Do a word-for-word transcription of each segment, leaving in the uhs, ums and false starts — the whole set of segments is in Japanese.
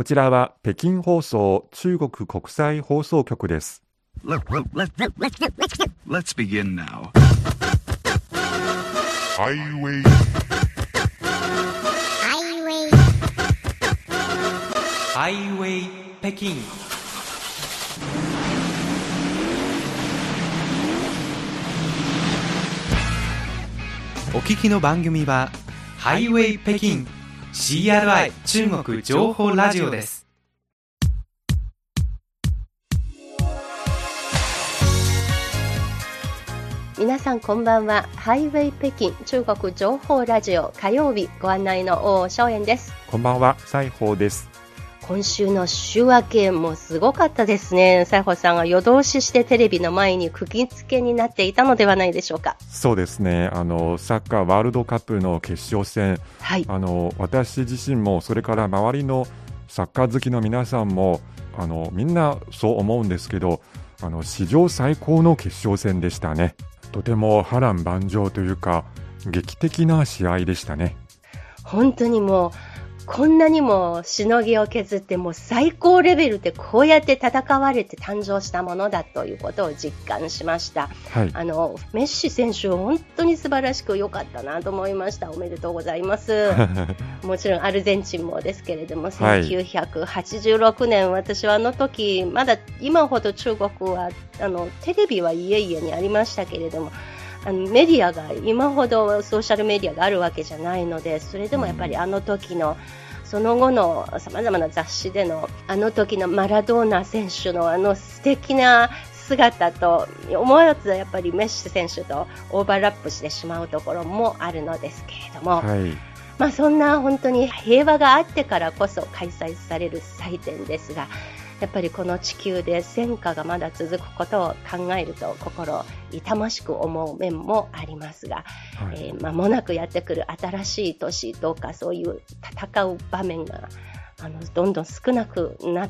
こちらは北京放送中国国際放送局です。 Let, let, let, let, let, let's begin now. Highway Highway Highway 北京。お聞きの番組はハイウェイ北京 シーアールアイ 中国情報ラジオです。 皆さんこんばんは。ハイウェイ北京中国情報ラジオ火曜日ご案内の王正円です。 こんばんは、西宝です。 今週の週明けもすごかったですね。西宝さんが夜通ししてテレビの前に釘付けになっていたのではないでしょうか。 そうですね、あのサッカーワールドカップの決勝戦、 はい、 あの私自身もそれから周りのサッカー好きの皆さんもあのみんなそう思うんですけど、あの史上最高の決勝戦でしたね。とても波乱万丈というか劇的な試合でしたね。 本当にもうこんなにもしのぎを削ってもう最高レベルでこうやって戦われて誕生したものだということを実感しました、はい、あのメッシ選手本当に素晴らしく良かったなと思いました。おめでとうございますもちろんアルゼンチンもですけれども、せんきゅうひゃくはちじゅうろくねん、私はあの時まだ今ほど中国はあのテレビは家々にありましたけれども、あのメディアが今ほどソーシャルメディアがあるわけじゃないので、それでもやっぱりあの時のその後のさまざまな雑誌でのあの時のマラドーナ選手のあの素敵な姿と思わずやっぱりメッシ選手とオーバーラップしてしまうところもあるのですけれども、はい、まあ、そんな本当に平和があってからこそ開催される祭典ですが、やっぱりこの地球で戦火がまだ続くことを考えると心痛ましく思う面もありますが、はい、えー、間もなくやってくる新しい年、どうかそういう戦う場面があのどんどん少なくなって、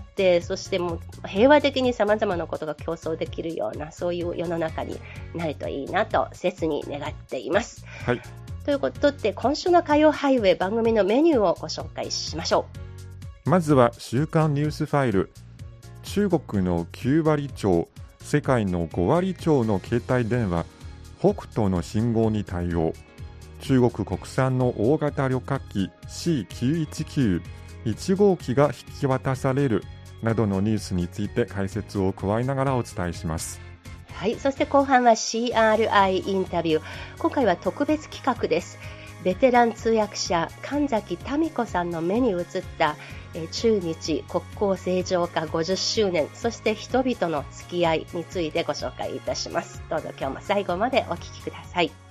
そしてもう平和的に様々なことが競争できるようなそういう世の中になるといいなと切に願っています、はい、ということで今週の火曜ハイウェイ番組のメニューをご紹介しましょう。まずは週刊ニュースファイル。中国のきゅうわり超、世界のごわり超の携帯電話、北斗の信号に対応。中国国産の大型旅客機 シーきゅういちきゅういち号機が引き渡されるなどのニュースについて解説を加えながらお伝えします。 はい、そして後半は シーアールアイ インタビュー。今回は特別企画です。ベテラン通訳者神崎民子さんの目に映った中日国交正常化ごじゅっしゅうねん、そして人々の付き合いについてご紹介いたします。どうぞ今日も最後までお聞きください。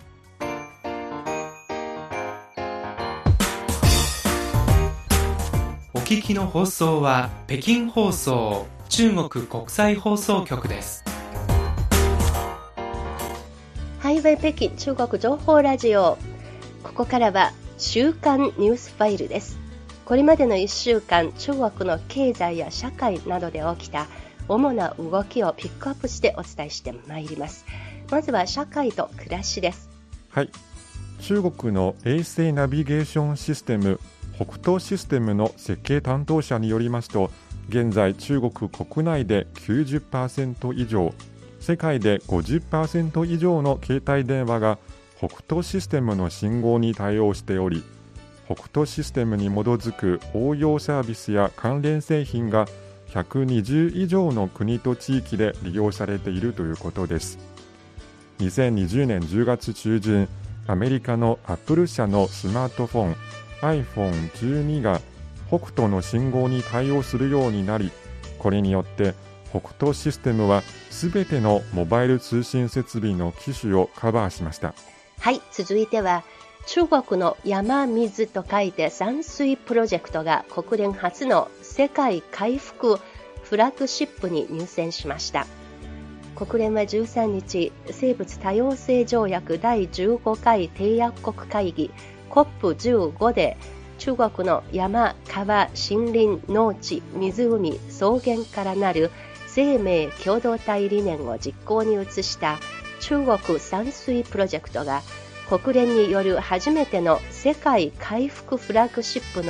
お聞きの放送は北京放送中国国際放送局です。 ハイウェイ北京中国情報ラジオ、ここからは週刊ニュースファイルです。これまでのいっしゅうかん、中国の経済や社会などで起きた主な動きをピックアップしてお伝えしてまいります。まずは社会と暮らしです。 はい、中国の衛星ナビゲーションシステム北東システムの設計担当者によりますと、現在中国国内で きゅうじゅっパーセント 以上、世界で ごじゅっパーセント 以上の携帯電話が北東システムの信号に対応しており、北東システムに基づく応用サービスや関連製品がひゃくにじゅう以上の国と地域で利用されているということです。にせんにじゅうねんじゅうがつ中旬、アメリカのアップル社のスマートフォン アイフォンじゅうに が北斗の信号に対応するようになり、これによって北東システムはすべてのモバイル通信設備の機種をカバーしました。 はい、続いては中国の山水と書いて山水プロジェクトが国連初の世界回復フラッグシップに入選しました。国連はじゅうさんにち、生物多様性条約だいじゅうごかい締約国会議 コップじゅうご で中国の山、川、森林、農地、湖、草原からなる生命共同体理念を実行に移した中国山水プロジェクトが国連による初めての世界回復フラッグシップの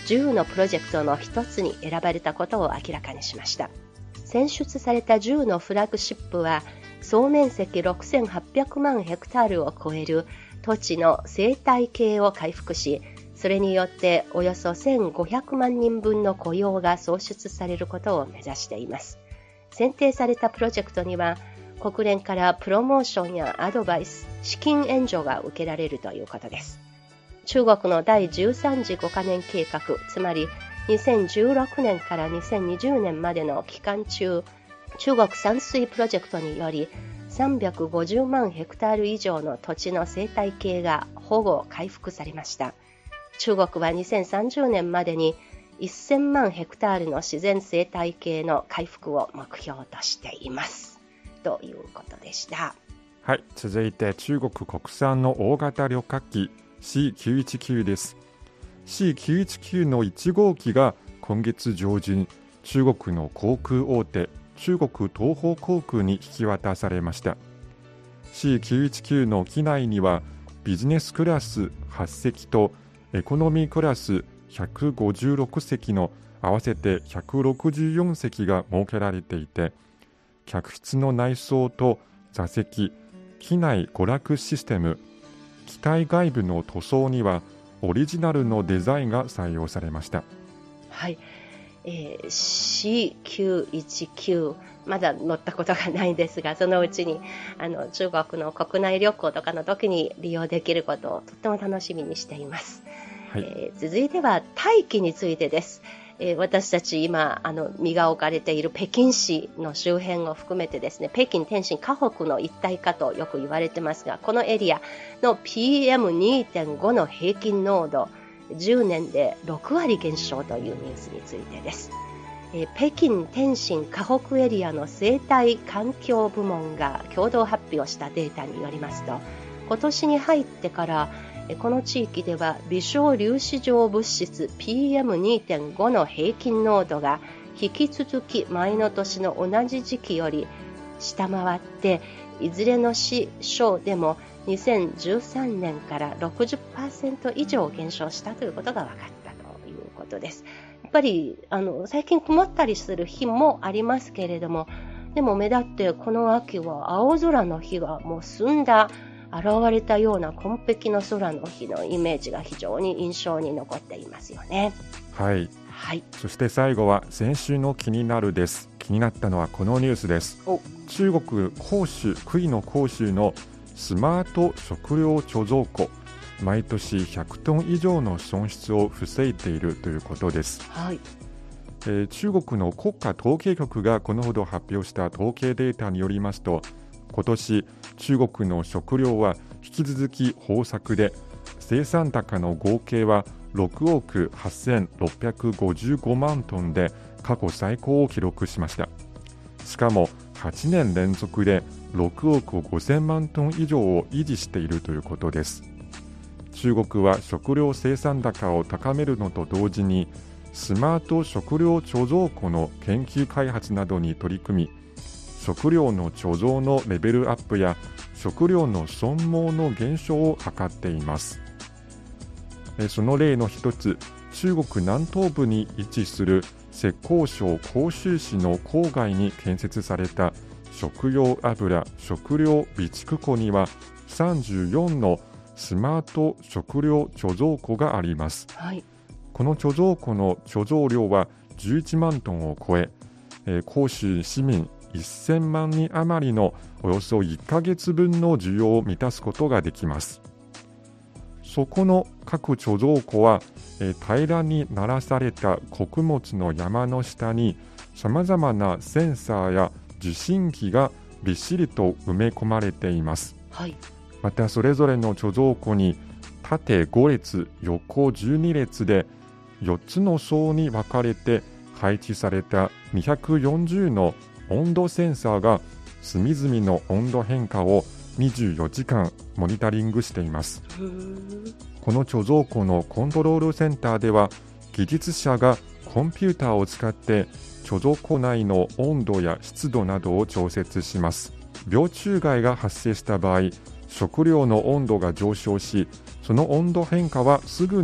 じゅうのプロジェクトの一つに選ばれたことを明らかにしました。選出されたじゅうのフラッグシップは、総面積ろくせんはっぴゃくまんヘクタールを超える土地の生態系を回復し、それによっておよそせんごひゃくまんにんぶんの雇用が創出されることを目指しています。選定されたプロジェクトには、国連からプロモーションやアドバイス、資金援助が受けられるということです。中国のだいじゅうさん次ごかねん計画、つまりにせんじゅうろくねんからにせんにじゅうねんまでの期間中、中国山水プロジェクトによりさんびゃくごじゅうまんヘクタール以上の土地の生態系が保護・回復されました。中国はにせんさんじゅうねんまでにせんまんヘクタールの自然生態系の回復を目標としています。ということでした。 はい、続いて中国国産の大型旅客機 シーきゅういちきゅう です。シーきゅういちきゅう のいち号機が今月上旬、中国の航空大手、中国東方航空に引き渡されました。シーきゅういちきゅう の機内にはビジネスクラスはちせきとエコノミークラスひゃくごじゅうろくせきの合わせてひゃくろくじゅうよんせきが設けられていて、客室の内装と座席、機内娯楽システム、機体外部の塗装にはオリジナルのデザインが採用されました。 はい、えー、シーきゅういちきゅう まだ乗ったことがないですが、そのうちにあの中国の国内旅行とかの時に利用できることをとっても楽しみにしています。はい、えー、続いては大気についてです。えー、私たち今あの身が置かれている北京市の周辺を含めてですね、北京、天津、河北の一体化とよく言われてますが、このエリアの ピーエムにてんご の平均濃度じゅうねんでろくわり減少というニュースについてです。えー、北京、天津、河北エリアの生態環境部門が共同発表したデータによりますと、今年に入ってからこの地域では微小粒子状物質 ピーエムにてんご の平均濃度が引き続き前の年の同じ時期より下回って、いずれの市省でもにせんじゅうさんねんから ろくじゅっパーセント 以上減少したということが分かったということです。やっぱりあの最近曇ったりする日もありますけれども、でも目立ってこの秋は青空の日がもう澄んだ現れたような紺碧の空の日のイメージが非常に印象に残っていますよね。 はい、 はい、 そして最後は先週の気になるです。気になったのはこのニュースです。中国広州、杭の広州のスマート食料貯蔵庫、毎年ひゃくトン以上の損失を防いでいるということです。 はい、 えー、中国の国家統計局がこのほど発表した統計データによりますと、今年中国の食料は引き続き豊作で、生産高の合計はろくおくはっせんろっぴゃくごじゅうごまんトンで過去最高を記録しました。しかもはちねん連続でろくおくごせんまんトン以上を維持しているということです。中国は食料生産高を高めるのと同時に、スマート食料貯蔵庫の研究開発などに取り組み、食料の貯蔵のレベルアップや食料の損耗の減少を図っています。その例の一つ、中国南東部に位置する浙江省杭州市の郊外に建設された食用油食料備蓄庫にはさんじゅうよんのスマート食料貯蔵庫があります。 はい、 この貯蔵庫の貯蔵量はじゅういちまんトンを超え、えー、杭州市民せんまんにん余りのおよそいっかげつぶんの需要を満たすことができます。そこの各貯蔵庫は、えー、平らにならされた穀物の山の下にさまざまなセンサーや受信機がびっしりと埋め込まれています。 はい、 またそれぞれの貯蔵庫に縦ごれつ横じゅうにれつでよっつの層に分かれて配置されたにひゃくよんじゅうの温度センサーが隅々の温度変化をにじゅうよじかんモニタリングしています。この貯蔵庫のコントロールセンターでは、技術者がコンピューターを使って貯蔵庫内の温度や湿度などを調節します。病虫害が発生した場合、食料の温度が上昇し、その温度変化はすぐに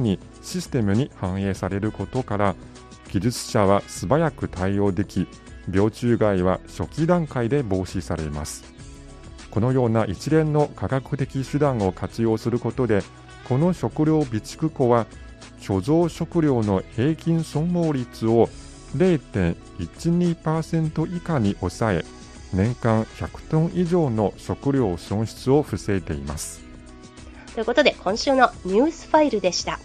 システムに反映されることから、技術者は素早く対応でき、病虫害は初期段階で防止されます。このような一連の科学的手段を活用することで、この食料備蓄庫は貯蔵食料の平均損耗率を ゼロてんいちにパーセント 以下に抑え、年間ひゃくトン以上の食料損失を防いでいます。 ということで、今週のニュースファイルでした。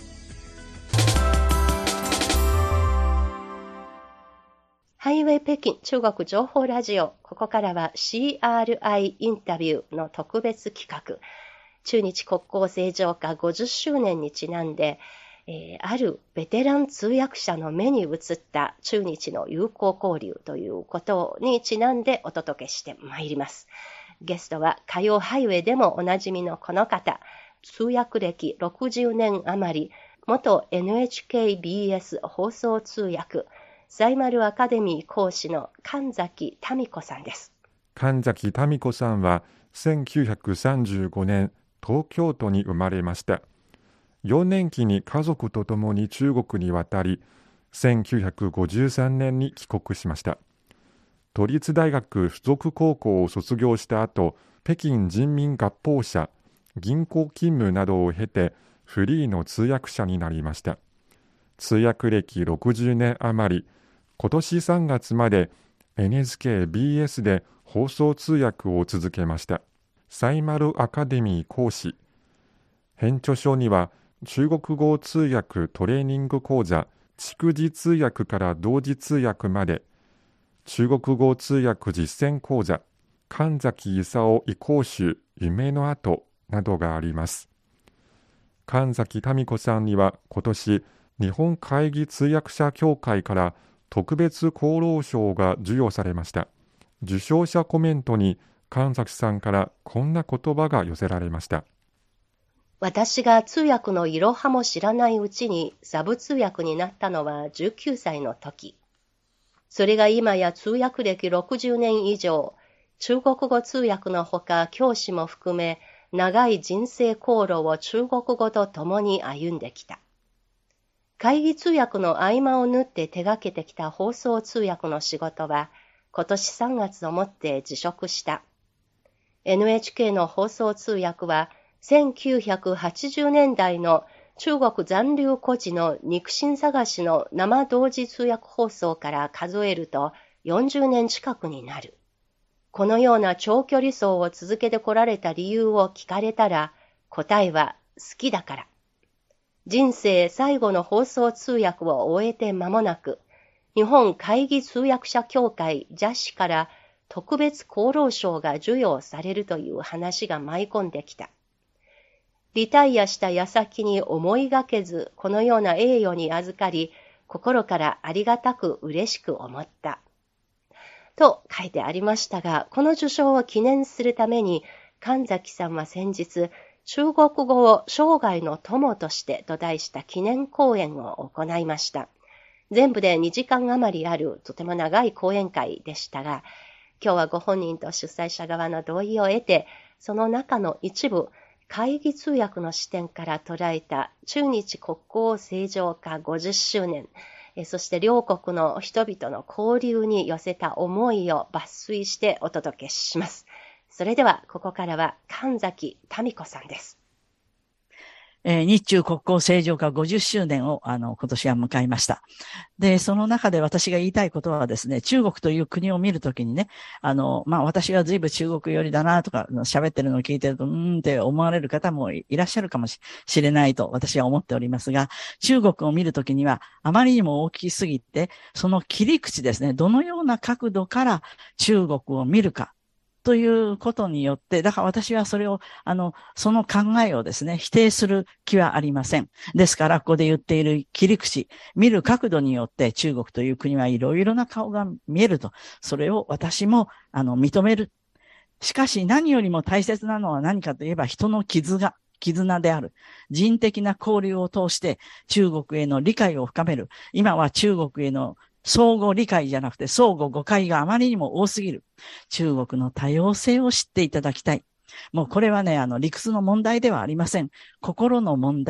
ハイウェイ北京中国情報ラジオ。ここからは シーアールアイ インタビューの特別企画。中日国交正常化ごじゅっしゅうねんにちなんで、えー、あるベテラン通訳者の目に映った中日の友好交流ということにちなんでお届けしてまいります。ゲストは火曜ハイウェイでもおなじみのこの方、通訳歴ろくじゅうねん余り、元 エヌエイチケービーエス 放送通訳、サイマルアカデミー講師の神崎民子さんです。 神崎民子さんはせんきゅうひゃくさんじゅうごねん、東京都に生まれました。幼年期に家族と共に中国に渡り、せんきゅうひゃくごじゅうさんねんに帰国しました。都立大学附属高校を卒業した後、北京人民合法社、銀行勤務などを経て、フリーの通訳者になりました。通訳歴ろくじゅうねん余り、今年さんがつまで エヌエイチケービーエス で放送通訳を続けました。サイマルアカデミー講師。編著書には、中国語通訳トレーニング講座、逐次通訳から同時通訳まで、中国語通訳実践講座、神崎勲移行集、夢の跡などがあります。神崎民子さんには今年、日本会議通訳者協会から特別功労賞が授与されました。受賞者コメントに神崎さんからこんな言葉が寄せられました。 私が通訳のいろはも知らないうちにサブ通訳になったのはじゅうきゅうさいの時。それが今や通訳歴ろくじゅうねん以上、中国語通訳のほか教師も含め、長い人生航路を中国語と共に歩んできた。会議通訳の合間を縫って手がけてきた放送通訳の仕事は、今年さんがつをもって辞職した。エヌエイチケー の放送通訳は、せんきゅうひゃくはちじゅうねんだいの中国残留孤児の肉親探しの生同時通訳放送から数えるとよんじゅうねん近くになる。このような長距離走を続けてこられた理由を聞かれたら、答えは好きだから。人生最後の放送通訳を終えて間もなく、日本会議通訳者協会ジャシから特別功労賞が授与されるという話が舞い込んできた。リタイアした矢先に思いがけず、このような栄誉に預かり、心からありがたく嬉しく思った。と書いてありましたが、この受賞を記念するために、神崎さんは先日、中国語を生涯の友としてと題した記念講演を行いました。全部でにじかん余りあるとても長い講演会でしたが、今日はご本人と主催者側の同意を得て、その中の一部、会議通訳の視点から捉えた中日国交正常化ごじゅっしゅうねん、そして両国の人々の交流に寄せた思いを抜粋してお届けします。それではここからは神崎民子さんです。 えー、日中国交正常化ごじゅっしゅうねんを、あの、今年は迎えました。で、その中で私が言いたいことはですね、中国という国を見るときにね、あの、まあ、私は随分中国寄りだなとか、喋ってるのを聞いてると、うーんって思われる方もいらっしゃるかもしれないと私は思っておりますが、中国を見るときには、あまりにも大きすぎて、その切り口ですね、どのような角度から中国を見るか、ということによって、だから私はそれを、あの、その考えをですね、否定する気はありません。ですから、ここで言っている切り口、見る角度によって中国という国はいろいろな顔が見えると、それを私も、あの、認める。しかし何よりも大切なのは何かといえば人の傷が、絆である。人的な交流を通して中国への理解を深める。今は中国への相互理解じゃなくて相互誤解があまりにも多すぎる。中国の多様性を知っていただきたい。もうこれはね、あの理屈の問題ではありません。心の問題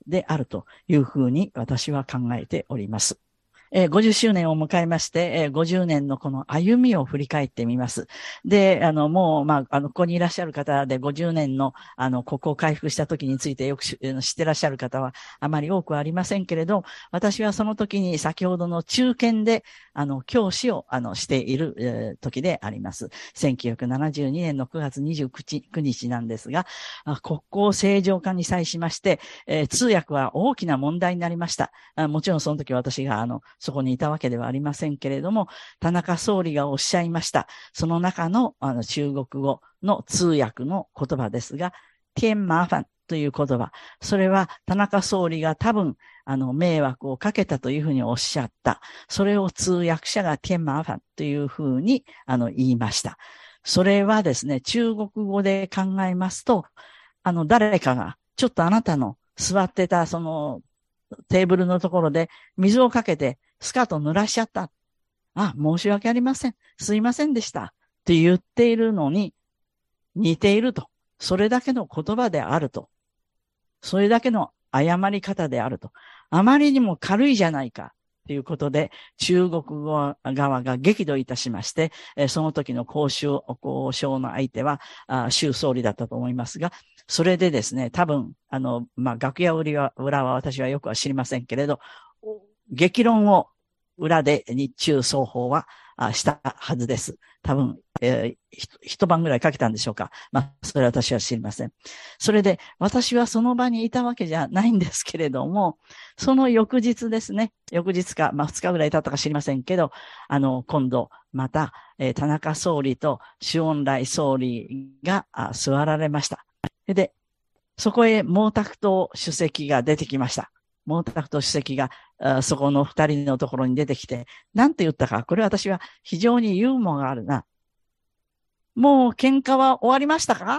であるというふうに私は考えております。えー、ごじゅっしゅうねんを迎えまして、えー、ごじゅうねんのこの歩みを振り返ってみます。で、あの、もう、まあ、あの、ここにいらっしゃる方でごじゅうねんの、あの、国交を回復した時についてよく知ってらっしゃる方はあまり多くはありませんけれど、私はその時に先ほどの中堅で、あの、教師を、あの、している、えー、時であります。せんきゅうひゃくななじゅうにねんのくがつにじゅうくにちなんですが、国交正常化に際しまして、えー、通訳は大きな問題になりました。あ、もちろんその時私が、あの、そこにいたわけではありませんけれども、田中総理がおっしゃいました。その中の、あの中国語の通訳の言葉ですが、天麻煩という言葉。それは田中総理が多分、あの、迷惑をかけたというふうにおっしゃった。それを通訳者が天麻煩というふうに、あの、言いました。それはですね、中国語で考えますと、あの、誰かが、ちょっとあなたの座ってた、その、テーブルのところで水をかけてスカートを濡らしちゃった。あ、申し訳ありません。すいませんでした。って言っているのに似ていると。それだけの言葉であると。それだけの謝り方であると。あまりにも軽いじゃないか。ということで、中国語側が激怒いたしまして、その時の交渉、交渉の相手は、習総理だったと思いますが、それでですね、多分、あの、まあ、楽屋裏は、裏は私はよくは知りませんけれど、激論を裏で日中双方はしたはずです。多分、えー、一晩ぐらいかけたんでしょうか。まあ、それは私は知りません。それで、私はその場にいたわけじゃないんですけれども、その翌日ですね、翌日か、まあ、二日ぐらい経ったか知りませんけど、あの、今度、また、えー、田中総理と周恩来総理が座られました。で、そこへ毛沢東主席が出てきました。毛沢東主席が、そこの二人のところに出てきて、なんて言ったか、これ私は非常にユーモアがあるな。もう喧嘩は終わりましたかって、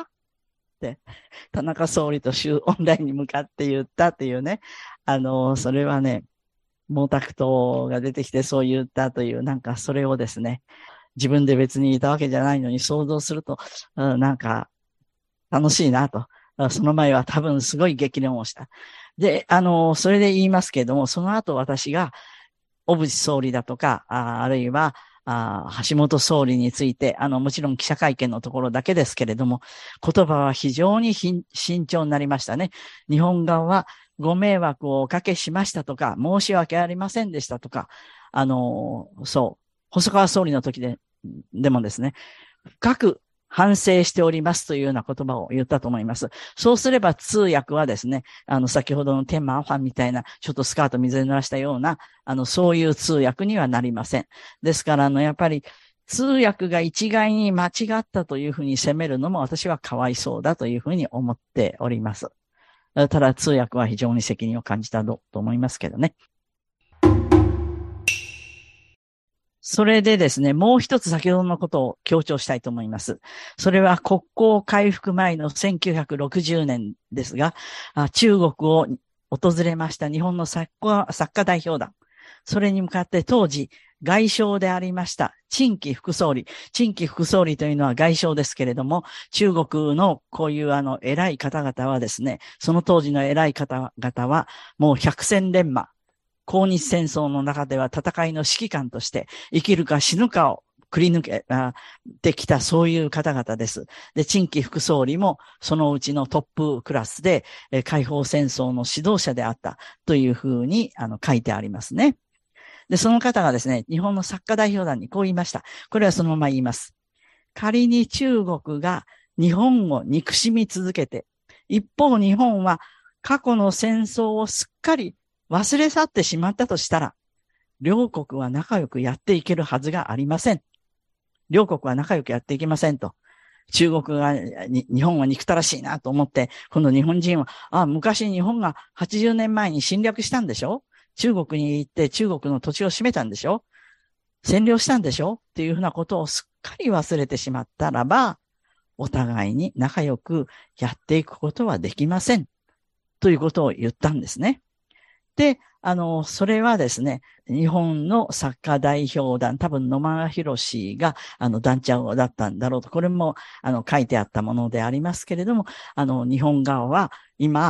田中総理と周恩来に向かって言ったっていうね。あの、それはね、毛沢東が出てきてそう言ったという、なんかそれをですね、自分で別にいたわけじゃないのに想像すると、うん、なんか楽しいなと。その前は多分すごい激論をした。で、あの、それで言いますけれども、その後私が、小渕総理だとか、あ, あるいはあ、橋本総理について、あの、もちろん記者会見のところだけですけれども、言葉は非常に慎重になりましたね。日本側はご迷惑をおかけしましたとか、申し訳ありませんでしたとか、あの、そう、細川総理の時で、でもですね、深く反省しておりますというような言葉を言ったと思います。そうすれば通訳はですね、あの、先ほどの天麻煩みたいな、ちょっとスカート水に濡らしたような、あの、そういう通訳にはなりません。ですから、あの、やっぱり、通訳が一概に間違ったというふうに責めるのも私はかわいそうだというふうに思っております。ただ、通訳は非常に責任を感じたと思いますけどね。それでですね、もう一つ先ほどのことを強調したいと思います。それは国交回復前のせんきゅうひゃくろくじゅうねんですが、中国を訪れました日本の作家、作家代表団。それに向かって当時、外相でありました、陳毅副総理。陳毅副総理というのは外相ですけれども、中国のこういうあの偉い方々はですね、その当時の偉い方々は、もう百戦錬磨。抗日戦争の中では戦いの指揮官として生きるか死ぬかを繰り抜けてきたそういう方々です。で、陳毅副総理もそのうちのトップクラスで解放戦争の指導者であったというふうにあの書いてありますね。で、その方がですね、日本の作家代表団にこう言いました。これはそのまま言います。仮に中国が日本を憎しみ続けて、一方日本は過去の戦争をすっかり忘れ去ってしまったとしたら、両国は仲良くやっていけるはずがありません。両国は仲良くやっていけませんと。中国が、日本は憎たらしいなと思って、今度日本人は、あ、昔日本がはちじゅうねんまえに侵略したんでしょ？中国に行って中国の土地を占めたんでしょ？占領したんでしょ？っていうふうなことをすっかり忘れてしまったらば、お互いに仲良くやっていくことはできません。ということを言ったんですね。で、あの、それはですね、日本の作家代表団、多分野間博士が、あの、団長だったんだろうと、これも、あの、書いてあったものでありますけれども、あの、日本側は、今、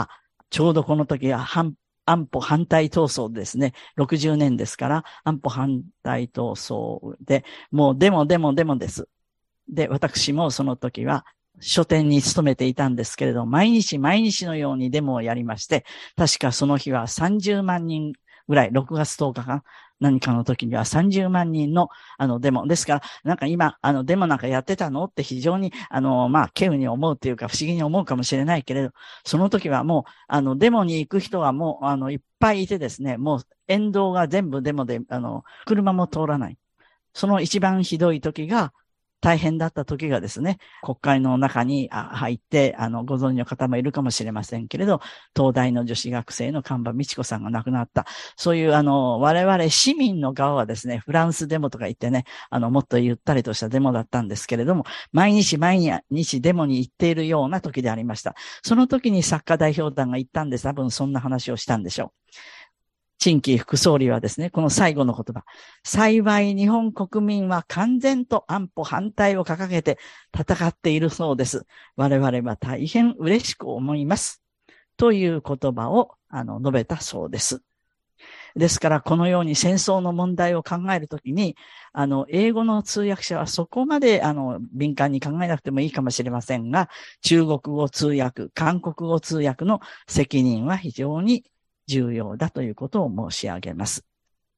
ちょうどこの時は反、安保反対闘争ですね。ろくじゅうねんですから、安保反対闘争で、もうデモデモデモです。で、私もその時は書店に勤めていたんですけれど、毎日毎日のようにデモをやりまして、確かその日はさんじゅうまんにんぐらい、ろくがつとおかか何かの時にはさんじゅうまんにんのあのデモ。ですから、なんか今、あのデモなんかやってたのって非常に、あの、まあ、稀有に思うというか不思議に思うかもしれないけれど、その時はもう、あの、デモに行く人がもう、あの、いっぱいいてですね、もう沿道が全部デモで、あの、車も通らない。その一番ひどい時が、大変だった時がですね、国会の中に入って、あの、ご存知の方もいるかもしれませんけれど、東大の女子学生の神場美智子さんが亡くなった。そういう、あの、我々市民の側はですね、フランスデモとか言ってね、あの、もっとゆったりとしたデモだったんですけれども、毎日毎日デモに行っているような時でありました。その時に作家代表団が言ったんです。多分そんな話をしたんでしょう。陳毅副総理はですね、この最後の言葉。幸い日本国民は完全と安保反対を掲げて戦っているそうです。我々は大変嬉しく思います。という言葉をあの述べたそうです。ですから、このように戦争の問題を考えるときに、あの、英語の通訳者はそこまで、あの、敏感に考えなくてもいいかもしれませんが、中国語通訳、韓国語通訳の責任は非常に重要だということを申し上げます。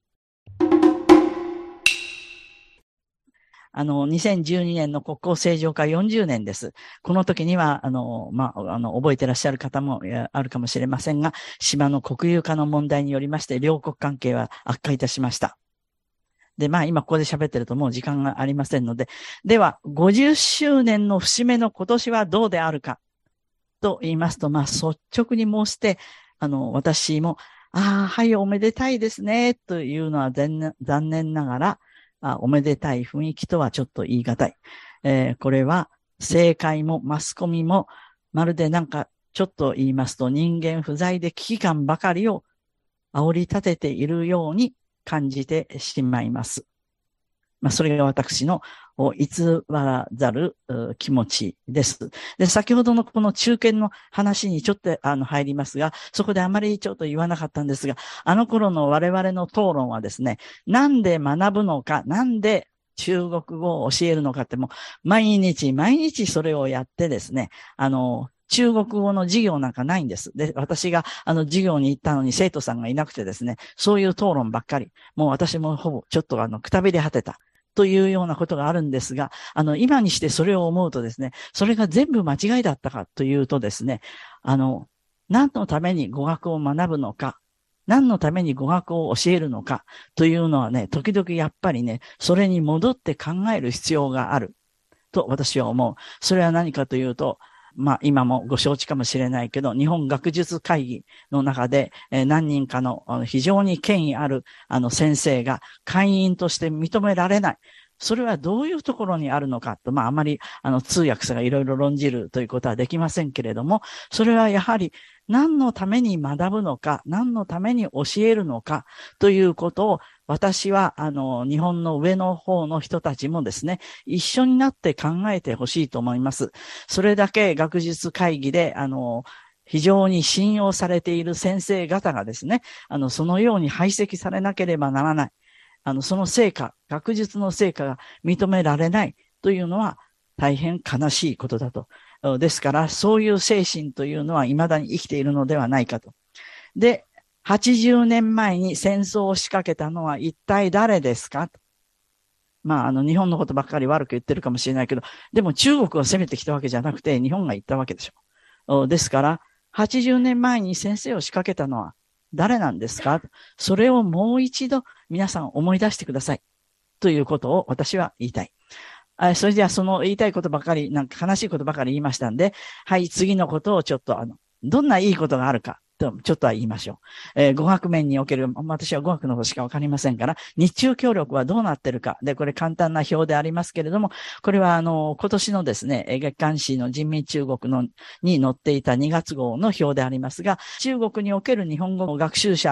あの、にせんじゅうにねんの国交正常化よんじゅうねんです。この時には、あの、まあ、あの、覚えてらっしゃる方もあるかもしれませんが、島の国有化の問題によりまして、両国関係は悪化いたしました。で、まあ、今ここで喋ってるともう時間がありませんので、では、ごじゅっしゅうねんの節目の今年はどうであるかと言いますと、まあ、率直に申して、あの、私も、ああ、はい、おめでたいですね、というのは残念ながら、あおめでたい雰囲気とはちょっと言い難い。えー、これは、政界もマスコミも、まるでなんか、ちょっと言いますと人間不在で危機感ばかりを煽り立てているように感じてしまいます。まあ、それが私の偽らざる気持ちです。で、先ほどのこの中堅の話にちょっとあの入りますが、そこであまりちょっと言わなかったんですが、あの頃の我々の討論はですね、なんで学ぶのか、なんで中国語を教えるのかってもう毎日毎日それをやってですね、あの、中国語の授業なんかないんです。で、私があの授業に行ったのに生徒さんがいなくてですね、そういう討論ばっかり。もう私もほぼちょっとあの、くたびれ果てた。というようなことがあるんですが、あの、今にしてそれを思うとですね、それが全部間違いだったかというとですね、あの、何のために語学を学ぶのか、何のために語学を教えるのかというのはね、時々やっぱりね、それに戻って考える必要があると私は思う。それは何かというと、まあ今もご承知かもしれないけど、日本学術会議の中で、えー、何人かの非常に権威あるあの先生が会員として認められない。それはどういうところにあるのかと、まああまりあの通訳者がいろいろ論じるということはできませんけれども、それはやはり何のために学ぶのか、何のために教えるのかということを私はあの日本の上の方の人たちもですね、一緒になって考えてほしいと思います。それだけ学術会議であの非常に信用されている先生方がですね、あのそのように排斥されなければならない。あの、その成果、学術の成果が認められないというのは大変悲しいことだと。ですから、そういう精神というのは未だに生きているのではないかと。で、はちじゅうねんまえに戦争を仕掛けたのは一体誰ですかと。まあ、あの、日本のことばっかり悪く言ってるかもしれないけど、でも中国を攻めてきたわけじゃなくて、日本が言ったわけでしょ。ですから、はちじゅうねんまえに先生を仕掛けたのは誰なんですか？それをもう一度皆さん思い出してください。ということを私は言いたい。あそれじゃあその言いたいことばかり、なんか悲しいことばかり言いましたんで、はい、次のことをちょっとあの、どんないいことがあるか。とちょっとは言いましょう。えー、語学面における、私は語学のことしかわかりませんから、日中協力はどうなってるか。で、これ簡単な表でありますけれども、これはあの、今年のですね、月刊誌の人民中国のに載っていたにがつ号の表でありますが、中国における日本語学習者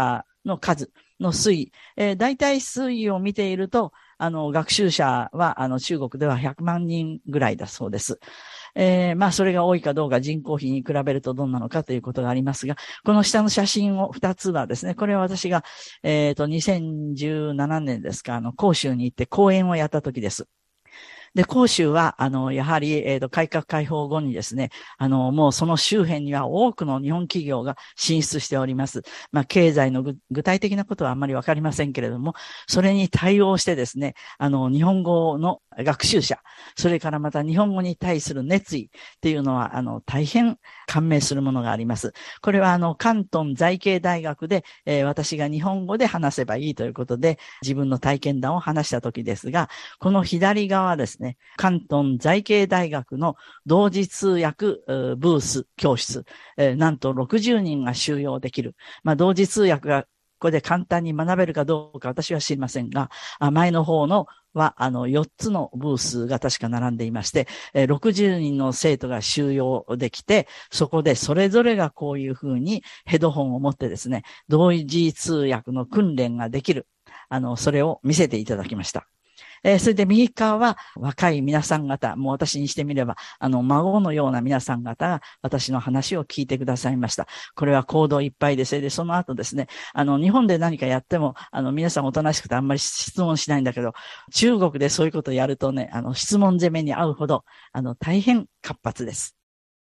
の数の推移、えー、大体推移を見ていると、あの、学習者は、あの、中国ではひゃくまんにんぐらいだそうです。えー、まあ、それが多いかどうか人口比に比べるとどんなのかということがありますが、この下の写真をふたつはですね、これは私が、えっと、にせんじゅうななねんですか、あの、広州に行って講演をやった時です。で、広州は、あの、やはり、えっと、改革開放後にですね、あの、もうその周辺には多くの日本企業が進出しております。まあ、経済の具体的なことはあんまりわかりませんけれども、それに対応してですね、あの、日本語の学習者、それからまた日本語に対する熱意っていうのは、あの、大変感銘するものがあります。これは、あの、広東財経大学で、えー、私が日本語で話せばいいということで、自分の体験談を話した時ですが、この左側ですね、広東財経大学の同時通訳ブース教室、えー、なんとろくじゅうにんが収容できる。まあ、同時通訳がここで簡単に学べるかどうか私は知りませんが、前の方のは、あの、よっつのブースが確か並んでいまして、ろくじゅうにんの生徒が収容できて、そこでそれぞれがこういうふうにヘッドホンを持ってですね、同時通訳の訓練ができる。あの、それを見せていただきました。えー、それで右側は若い皆さん方、もう私にしてみれば、あの、孫のような皆さん方が私の話を聞いてくださいました。これは行動いっぱいで、それでその後ですね、あの、日本で何かやっても、あの、皆さんおとなしくてあんまり質問しないんだけど、中国でそういうことをやるとね、あの、質問攻めに遭うほど、あの、大変活発です。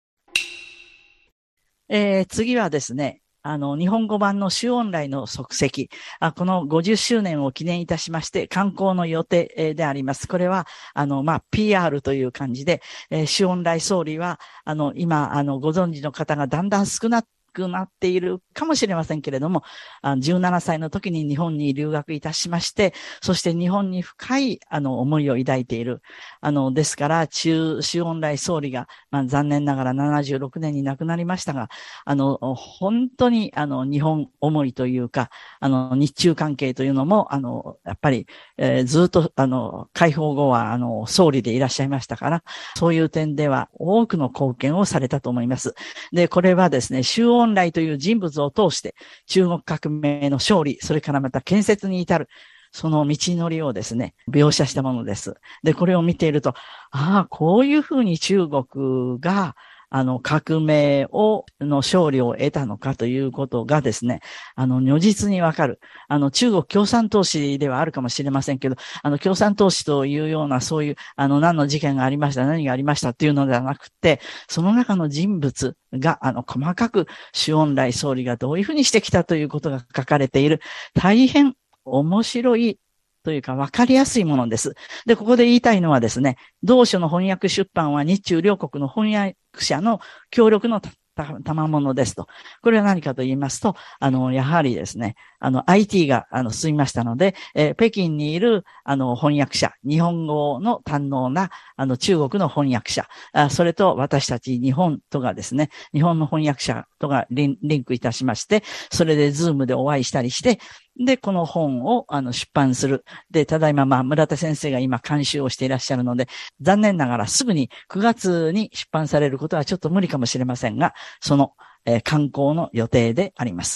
えー、次はですね、あの、日本語版の周恩来の足跡。あ、このごじゅっしゅうねんを記念いたしまして、観光の予定であります。これは、あの、まあ、ピーアール という感じで、えー、周恩来総理は、あの、今、あの、ご存知の方がだんだん少なって、なっているかもしれませんけれども、じゅうななさいの時に日本に留学いたしまして、そして日本に深いあの思いを抱いている。あの、ですから、中、周恩来総理が、まあ、残念ながらななじゅうろくねんに亡くなりましたが、あの、本当にあの日本思いというか、あの、日中関係というのも、あの、やっぱり、えー、ずっとあの、解放後はあの、総理でいらっしゃいましたから、そういう点では多くの貢献をされたと思います。で、これはですね、周恩来という人物を通して中国革命の勝利、それからまた建設に至る、その道のりをですね、描写したものです。で、これを見ていると、ああ、こういうふうに中国が、あの、革命を、の勝利を得たのかということがですね、あの、如実にわかる。あの、中国共産党史ではあるかもしれませんけど、あの、共産党史というような、そういう、あの、何の事件がありました、何がありましたっていうのではなくて、その中の人物が、あの、細かく、周恩来総理がどういうふうにしてきたということが書かれている、大変面白い、というか分かりやすいものです。で、ここで言いたいのはですね、同書の翻訳出版は日中両国の翻訳者の協力の賜物ですと。これは何かと言いますと、あの、やはりですね、あの、アイティー が、あの、進みましたので、えー、北京にいる、あの、翻訳者、日本語の堪能な、あの、中国の翻訳者、あそれと私たち日本とがですね、日本の翻訳者とがリン、リンクいたしまして、それでズームでお会いしたりして、で、この本をあの出版する。で、ただいま、まあ、村田先生が今監修をしていらっしゃるので、残念ながらすぐにくがつに出版されることはちょっと無理かもしれませんが、その、えー、刊行の予定であります。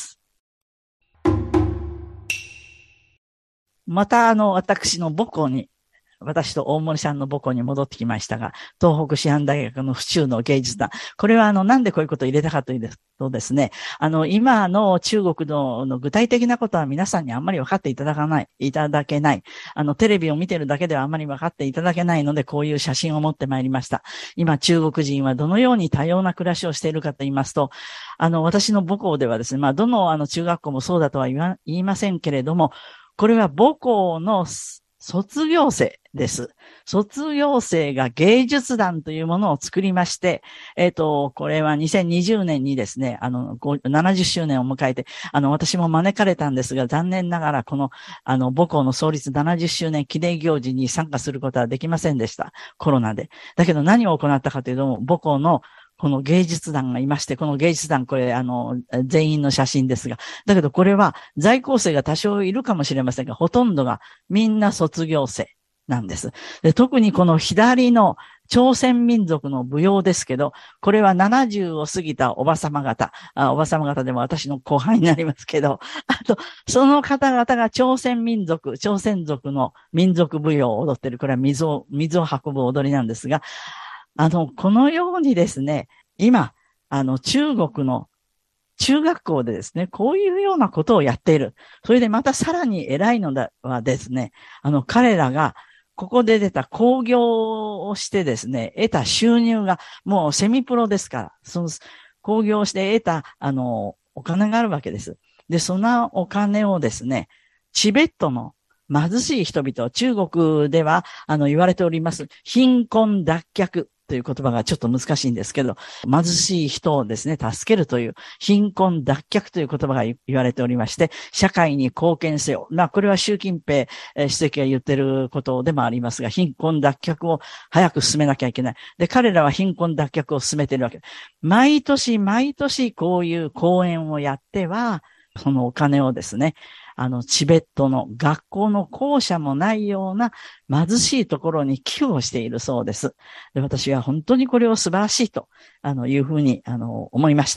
また、あの、私の母校に、私と大森さんの母校に戻ってきましたが、東北師範大学の府中の芸術団。これはあの、なんでこういうことを入れたかというとですね、あの、今の中国 の, の具体的なことは皆さんにあんまり分かっていただかない、いただけない。あの、テレビを見てるだけではあんまり分かっていただけないので、こういう写真を持ってまいりました。今、中国人はどのように多様な暮らしをしているかと言いますと、あの、私の母校ではですね、まあ、どのあの、中学校もそうだとは言わ、言いませんけれども、これは母校の卒業生です。卒業生が芸術団というものを作りまして、えっと、これはにせんにじゅうねんにですね、あの、ななじゅっしゅうねんを迎えて、あの、私も招かれたんですが、残念ながらこの、あの、母校の創立ななじゅっしゅうねん記念行事に参加することはできませんでした。コロナで。だけど何を行ったかというと、母校のこの芸術団がいまして、この芸術団、これ、あの、全員の写真ですが、だけどこれは在校生が多少いるかもしれませんが、ほとんどがみんな卒業生なんです。で、特にこの左の朝鮮民族の舞踊ですけど、これはななじゅうを過ぎたおばさま方、あおばさま方でも私の後輩になりますけど、あと、その方々が朝鮮民族、朝鮮族の民族舞踊を踊っている、これは水を、水を運ぶ踊りなんですが、あの、このようにですね、今、あの、中国の中学校でですね、こういうようなことをやっている。それでまたさらに偉いのはですね、あの、彼らが、ここで出た興行をしてですね、得た収入がもうセミプロですから、その興行して得た、あの、お金があるわけです。で、そのお金をですね、チベットの貧しい人々、中国では、あの、言われております、貧困脱却という言葉がちょっと難しいんですけど、貧しい人をですね、助けるという、貧困脱却という言葉が言われておりまして、社会に貢献せよ。まあ、これは習近平主席が言ってることでもありますが、貧困脱却を早く進めなきゃいけない。で、彼らは貧困脱却を進めているわけ。毎年毎年こういう講演をやっては、そのお金をですね、あの、チベットの学校の校舎もないような貧しいところに寄付をしているそうです。で、私は本当にこれを素晴らしいと、あの、いうふうに、あの、思いました。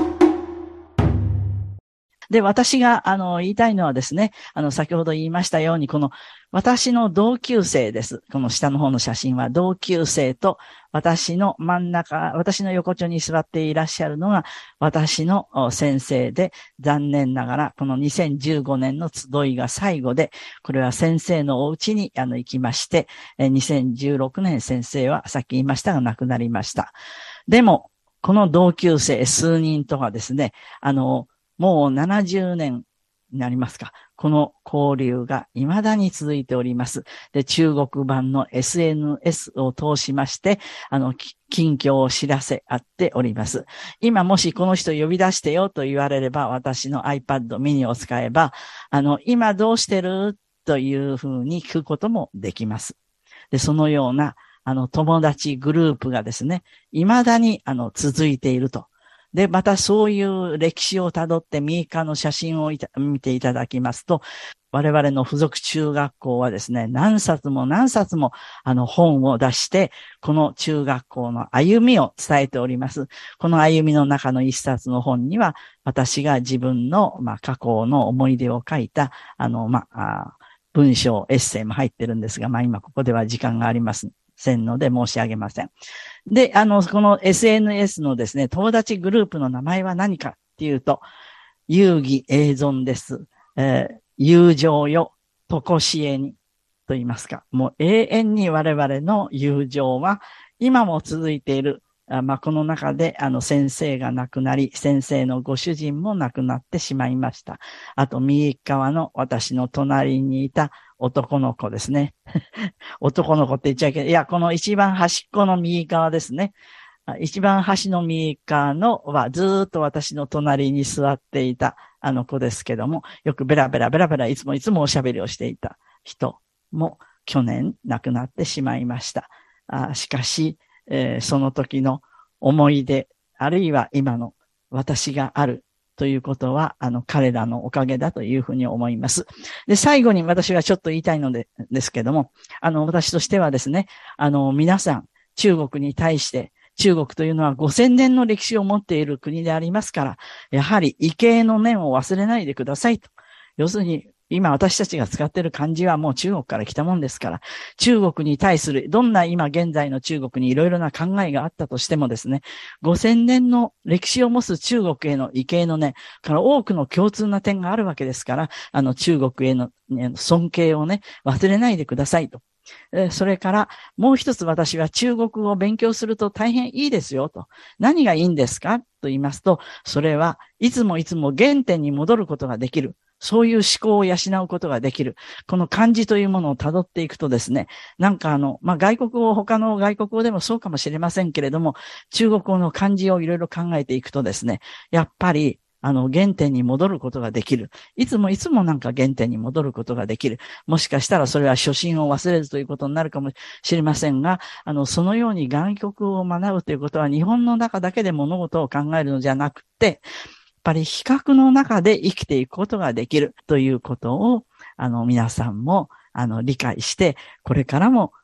で、私が、あの、言いたいのはですね、あの、先ほど言いましたように、この、私の同級生です。この下の方の写真は、同級生と、私の真ん中、私の横丁に座っていらっしゃるのが、私の先生で、残念ながら、このにせんじゅうごねんの集いが最後で、これは先生のお家に、あの、行きまして、にせんじゅうろくねん先生は、さっき言いましたが、亡くなりました。でも、この同級生数人とかですね、あの、もうななじゅうねんになりますか。この交流が未だに続いております。で、中国版の エスエヌエス を通しまして、あの、近況を知らせ合っております。今もしこの人呼び出してよと言われれば、私の iPad mini を使えば、あの、今どうしてるというふうに聞くこともできます。で、そのような、あの、友達グループがですね、未だに、あの、続いていると。で、またそういう歴史をたどって右側の写真を見ていただきますと、我々の付属中学校はですね、何冊も何冊もあの本を出して、この中学校の歩みを伝えております。この歩みの中の一冊の本には、私が自分の、まあ、過去の思い出を書いた、あの、まあ、文章、エッセイも入ってるんですが、まあ今ここでは時間がありませんので申し上げません。で、あの、この エスエヌエス のですね、友達グループの名前は何かっていうと、友誼永存です。えー、友情よ、とこしえに、と言いますか。もう永遠に我々の友情は今も続いている。あまあ、この中で、あの、先生が亡くなり、先生のご主人も亡くなってしまいました。あと、右側の私の隣にいた男の子ですね。男の子って言っちゃいけない。いや、この一番端っこの右側ですね。一番端の右側のはずーっと私の隣に座っていたあの子ですけども、よくベラベラベラベラいつもいつもおしゃべりをしていた人も去年亡くなってしまいました。あしかし、えー、その時の思い出、あるいは今の私があるということは、あの、彼らのおかげだというふうに思います。で、最後に私がちょっと言いたいので、ですけども、あの、私としてはですね、あの、皆さん、中国に対して、中国というのはごせんねんの歴史を持っている国でありますから、やはり畏敬の念を忘れないでくださいと。要するに、今私たちが使っている漢字はもう中国から来たもんですから、中国に対する、どんな今現在の中国にいろいろな考えがあったとしてもですね、ごせんねんの歴史を持つ中国への畏敬の念、から多くの共通な点があるわけですから、あの中国への尊敬をね、忘れないでくださいと。それから、もう一つ私は中国語を勉強すると大変いいですよと。何がいいんですかと言いますと、それはいつもいつも原点に戻ることができる。そういう思考を養うことができる。この漢字というものを辿っていくとですね、なんかあの、まあ、外国語、他の外国語でもそうかもしれませんけれども、中国語の漢字をいろいろ考えていくとですね、やっぱり、あの、原点に戻ることができる。いつもいつもなんか原点に戻ることができる。もしかしたらそれは初心を忘れずということになるかもしれませんが、あの、そのように外国を学ぶということは日本の中だけで物事を考えるのじゃなくて、やっぱり比較の中で生きていくことができるということを、あの、皆さんも、あの、理解して、これからも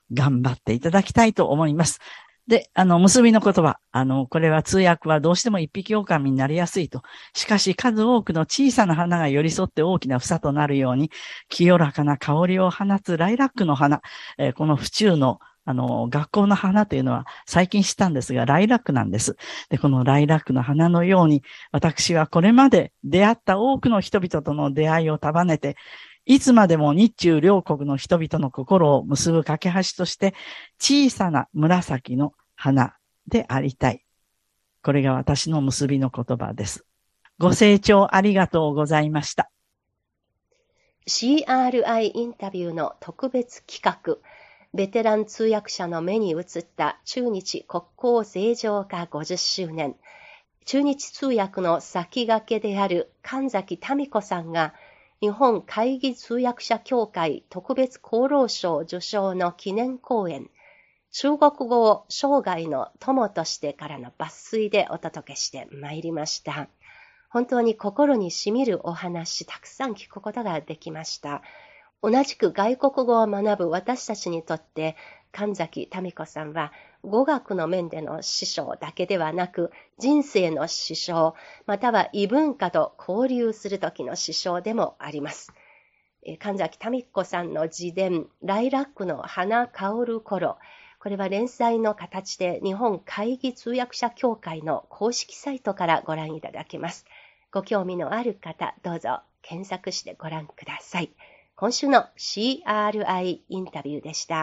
頑張っていただきたいと思います。で、あの、結びの言葉。あの、これは通訳はどうしても一匹狼になりやすいと。しかし数多くの小さな花が寄り添って大きな房となるように、清らかな香りを放つライラックの花。えー、この府中のあの、学校の花というのは最近知ったんですが、ライラックなんです。で、このライラックの花のように、私はこれまで出会った多くの人々との出会いを束ねて、いつまでも日中両国の人々の心を結ぶ架け橋として、小さな紫の花でありたい。これが私の結びの言葉です。ご清聴ありがとうございました。 シーアールアイ インタビューの特別企画。ベテラン通訳者の目に映った中日国交正常化ごじゅっしゅうねん。中日通訳の先駆けである神崎民子さんが日本会議通訳者協会特別功労賞受賞の記念講演、中国語を生涯の友としてからの抜粋でお届けしてまいりました。本当に心にしみるお話、たくさん聞くことができました。同じく外国語を学ぶ私たちにとって、神崎民子さんは語学の面での師匠だけではなく、人生の師匠、または異文化と交流するときの師匠でもあります。神崎民子さんの自伝、ライラックの花香る頃、これは連載の形で日本会議通訳者協会の公式サイトからご覧いただけます。ご興味のある方、どうぞ検索してご覧ください。今週の シーアールアイ インタビューでした。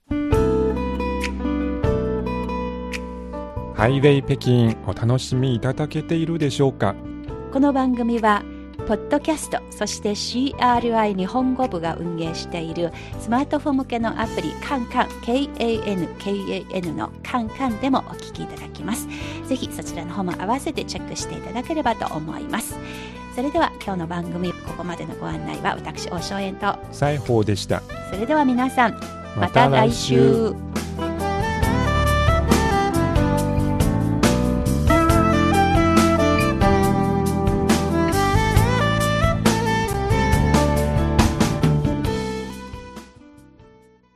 ハイウェイ北京お楽しみいただけているでしょうか。 この番組はポッドキャスト、そして シーアールアイ 日本語部が運営しているスマートフォン向けのアプリカンカン ケーエーエヌケーエーエヌ のカンカンでもお聞きいただきます。ぜひそちらの方も合わせてチェックしていただければと思います。それでは今日の番組、ここまでのご案内は私大正円と西宝でした。 それでは皆さん、また来週。